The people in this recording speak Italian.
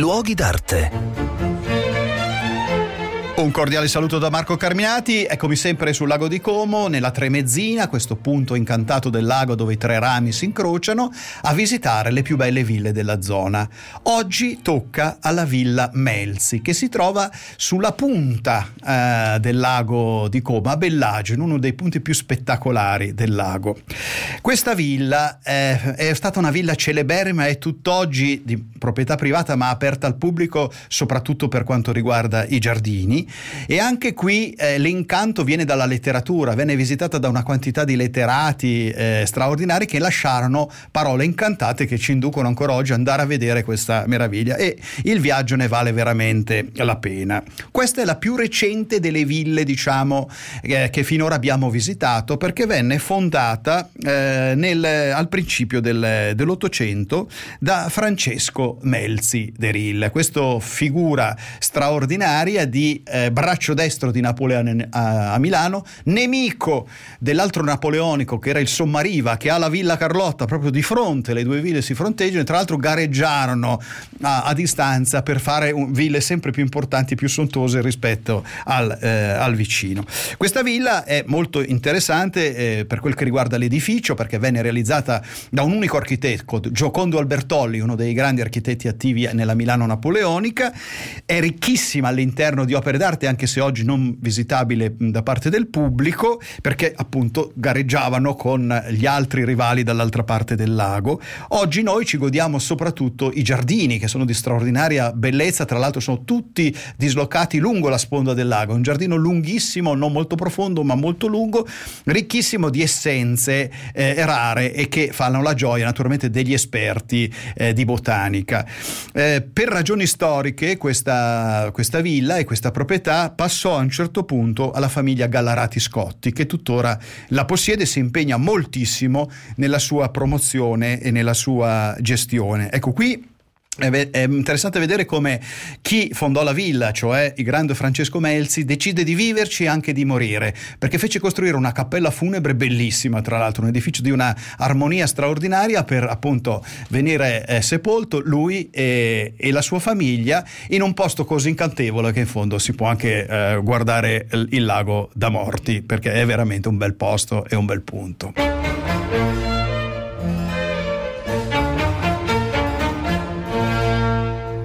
Luoghi d'arte. Un cordiale saluto da Marco Carminati, eccomi sempre sul lago di Como, nella Tremezzina, questo punto incantato del lago dove i tre rami si incrociano, a visitare le più belle ville della zona. Oggi tocca alla Villa Melzi, che si trova sulla punta del lago di Como, a Bellagio, in uno dei punti più spettacolari del lago. Questa villa è stata una villa celeberrima e tutt'oggi di proprietà privata, ma aperta al pubblico soprattutto per quanto riguarda i giardini. E anche qui l'incanto viene dalla letteratura, venne visitata da una quantità di letterati straordinari che lasciarono parole incantate che ci inducono ancora oggi ad andare a vedere questa meraviglia, e il viaggio ne vale veramente la pena. Questa è la più recente delle ville, diciamo, che finora abbiamo visitato, perché venne fondata al principio dell'Ottocento da Francesco Melzi de Rille, questa figura straordinaria di braccio destro di Napoleone a Milano, nemico dell'altro napoleonico che era il Sommariva, che ha la Villa Carlotta proprio di fronte, le due ville si fronteggiano e tra l'altro gareggiarono a distanza per fare ville sempre più importanti, più sontuose rispetto al vicino. Questa villa è molto interessante per quel che riguarda l'edificio, perché venne realizzata da un unico architetto, Giocondo Albertolli, uno dei grandi architetti attivi nella Milano napoleonica. È ricchissima all'interno di opere d'arte, anche se oggi non visitabile da parte del pubblico, perché appunto gareggiavano con gli altri rivali dall'altra parte del lago. Oggi noi ci godiamo soprattutto i giardini, che sono di straordinaria bellezza, tra l'altro sono tutti dislocati lungo la sponda del lago, un giardino lunghissimo, non molto profondo ma molto lungo, ricchissimo di essenze rare e che fanno la gioia naturalmente degli esperti di botanica. Per ragioni storiche questa villa e questa proprietà passò a un certo punto alla famiglia Gallarati Scotti, che tuttora la possiede e si impegna moltissimo nella sua promozione e nella sua gestione. Ecco, qui è interessante vedere come chi fondò la villa, cioè il grande Francesco Melzi, decide di viverci e anche di morire, perché fece costruire una cappella funebre bellissima, tra l'altro un edificio di una armonia straordinaria, per appunto venire sepolto lui e la sua famiglia in un posto così incantevole che in fondo si può anche guardare il lago da morti, perché è veramente un bel posto e un bel punto.